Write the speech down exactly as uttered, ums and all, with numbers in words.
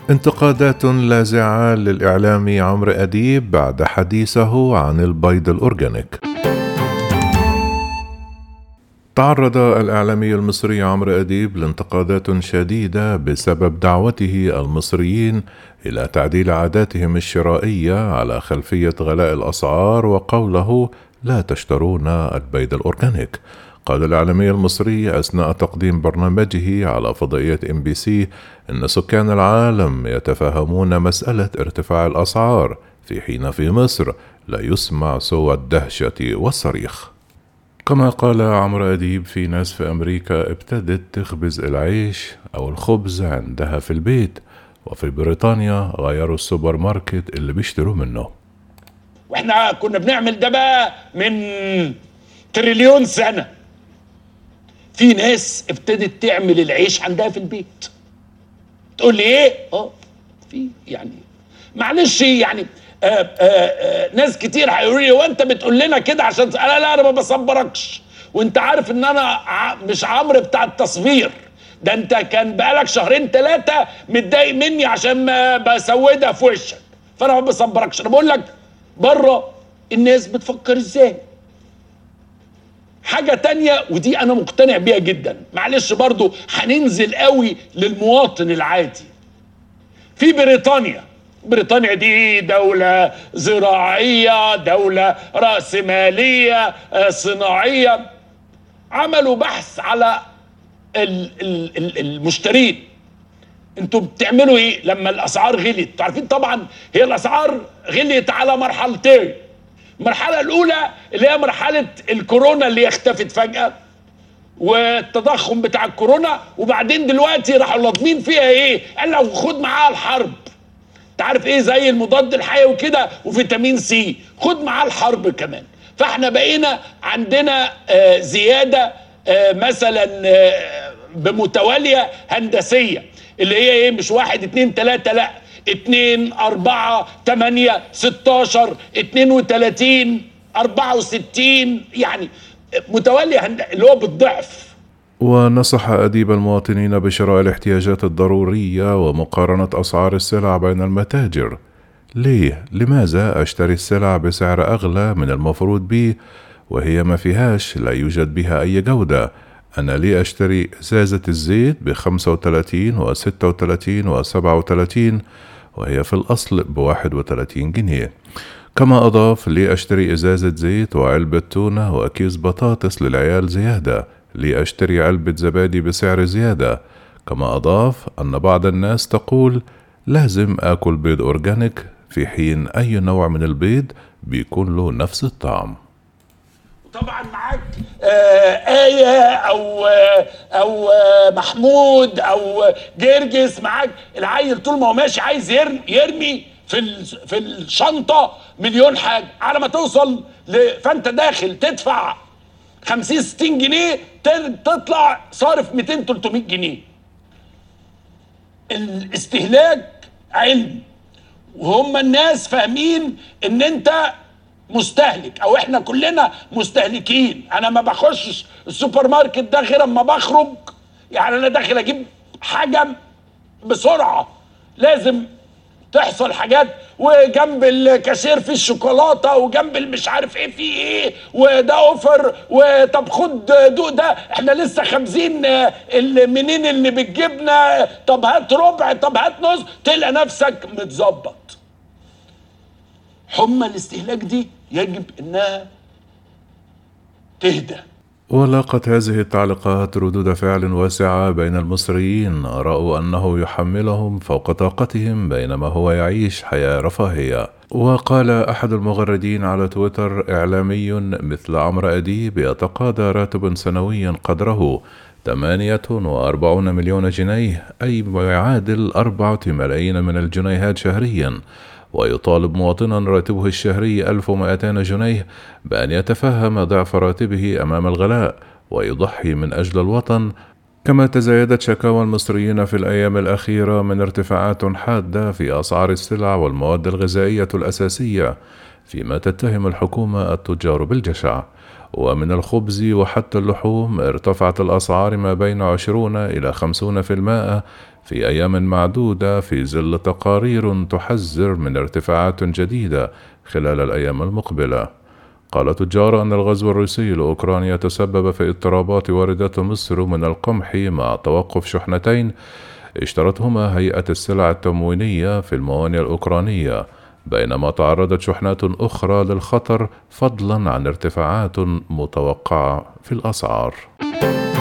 انتقادات لاذعة للإعلامي عمرو أديب بعد حديثه عن البيض الأورجانيك. تعرض الإعلامي المصري عمرو أديب لانتقادات شديدة بسبب دعوته المصريين إلى تعديل عاداتهم الشرائية على خلفية غلاء الأسعار، وقوله لا تشترون البيض الأورجانيك. قال الإعلامي المصري أثناء تقديم برنامجه على فضائية إم بي سي إن سكان العالم يتفهمون مسألة ارتفاع الأسعار، في حين في مصر لا يسمع سوى الدهشة والصريخ. كما قال عمرو أديب في ناس في أمريكا ابتدت تخبز العيش أو الخبز عندها في البيت، وفي بريطانيا غيروا السوبر ماركت اللي بيشتروا منه. واحنا كنا بنعمل ده بقى من تريليون سنة. في ناس ابتدت تعمل العيش عندها في البيت. تقول لي ايه؟ اه في يعني معلش يعني آآ آآ ناس كتير هيقولوا لي وانت بتقول لنا كده عشان لا لا انا ما بصبركش، وانت عارف ان انا ع... مش عمرو بتاع التصوير ده، انت كان بقالك شهرين ثلاثه متضايق مني عشان ما بسودها في وشك، فانا ما بصبركش. انا بقول لك بره الناس بتفكر ازاي. حاجه تانية ودي انا مقتنع بيها جدا، معلش برضو هننزل قوي للمواطن العادي. في بريطانيا بريطانيا دي دولة زراعية، دولة رأسمالية صناعية، عملوا بحث على المشترين. انتوا بتعملوا ايه لما الاسعار غليت؟ عارفين طبعا هي الاسعار غليت على مرحلتين. المرحلة الاولى اللي هي مرحلة الكورونا اللي اختفت فجأة والتضخم بتاع الكورونا، وبعدين دلوقتي راحوا لاضمين فيها ايه؟ قال لك خد معاها الحرب. انت عارف ايه؟ زي المضاد الحيوي كده وفيتامين سي، خد معاه الحرب كمان. فاحنا بقينا عندنا آه زياده آه مثلا آه بمتواليه هندسيه اللي هي ايه؟ مش واحد اتنين تلاته، لا اتنين اربعه تمانيه ستاشر اتنين وتلاتين اربعه وستين، يعني متواليه هند... اللي هو بالضعف. ونصح أديب المواطنين بشراء الاحتياجات الضرورية ومقارنة أسعار السلع بين المتاجر. ليه؟ لماذا أشتري السلع بسعر أغلى من المفروض بي وهي ما فيهاش لا يوجد بها أي جودة؟ أنا ليه أشتري إزازة الزيت بخمسة وتلاتين وستة وتلاتين وسبعة وتلاتين وهي في الأصل بواحد وتلاتين جنيه؟ كما أضاف ليه أشتري إزازة زيت وعلبة تونة وكيس بطاطس للعيال زيادة؟ ليه أشتري علبة زبادي بسعر زيادة؟ كما أضاف أن بعض الناس تقول لازم آكل بيض أورجانيك، في حين أي نوع من البيض بيكون له نفس الطعم. طبعا معاك آه آية أو آه أو آه محمود أو جرجس، معاك العيل طول ما هو ماشي عايز يرمي, يرمي في في الشنطة مليون حاجة، على ما توصل ل... فأنت داخل تدفع خمسين ستين جنيه تطلع صارف ميتين تلتمية جنيه. الاستهلاك علم، وهم الناس فاهمين ان انت مستهلك او احنا كلنا مستهلكين. انا ما بخشش السوبر ماركت ده غير اما بخرج، يعني انا داخل اجيب حاجه بسرعه، لازم تحصل حاجات، وجنب الكاشير في الشوكولاته وجنب المش عارف ايه في ايه، وده اوفر، وطب خد دوق ده احنا لسه خابزين منين اللي بالجبنه، طب هات ربع، طب هات نص، تلقى نفسك متظبط. حمى الاستهلاك دي يجب انها تهدى. ولاقت هذه التعليقات ردود فعل واسعة بين المصريين رأوا أنه يحملهم فوق طاقتهم بينما هو يعيش حياة رفاهية. وقال أحد المغردين على تويتر إعلامي مثل عمرو أديب يتقاضى راتب سنويا قدره ثمانية وأربعين مليون جنيه، أي ما يعادل أربعة ملايين من الجنيهات شهريا، ويطالب مواطنا راتبه الشهري ألف ومئتين جنيه بأن يتفهم ضعف راتبه أمام الغلاء ويضحي من أجل الوطن. كما تزايدت شكاوى المصريين في الأيام الأخيرة من ارتفاعات حادة في أسعار السلع والمواد الغذائية الأساسية، فيما تتهم الحكومة التجار بالجشع. ومن الخبز وحتى اللحوم ارتفعت الأسعار ما بين عشرين إلى خمسين في المائة في أيام معدودة، في ظل تقارير تحذر من ارتفاعات جديدة خلال الأيام المقبلة. قال تجار أن الغزو الروسي لأوكرانيا تسبب في اضطرابات واردات مصر من القمح مع توقف شحنتين اشترتهما هيئة السلع التموينية في الموانئ الأوكرانية، بينما تعرضت شحنات أخرى للخطر فضلا عن ارتفاعات متوقعة في الأسعار.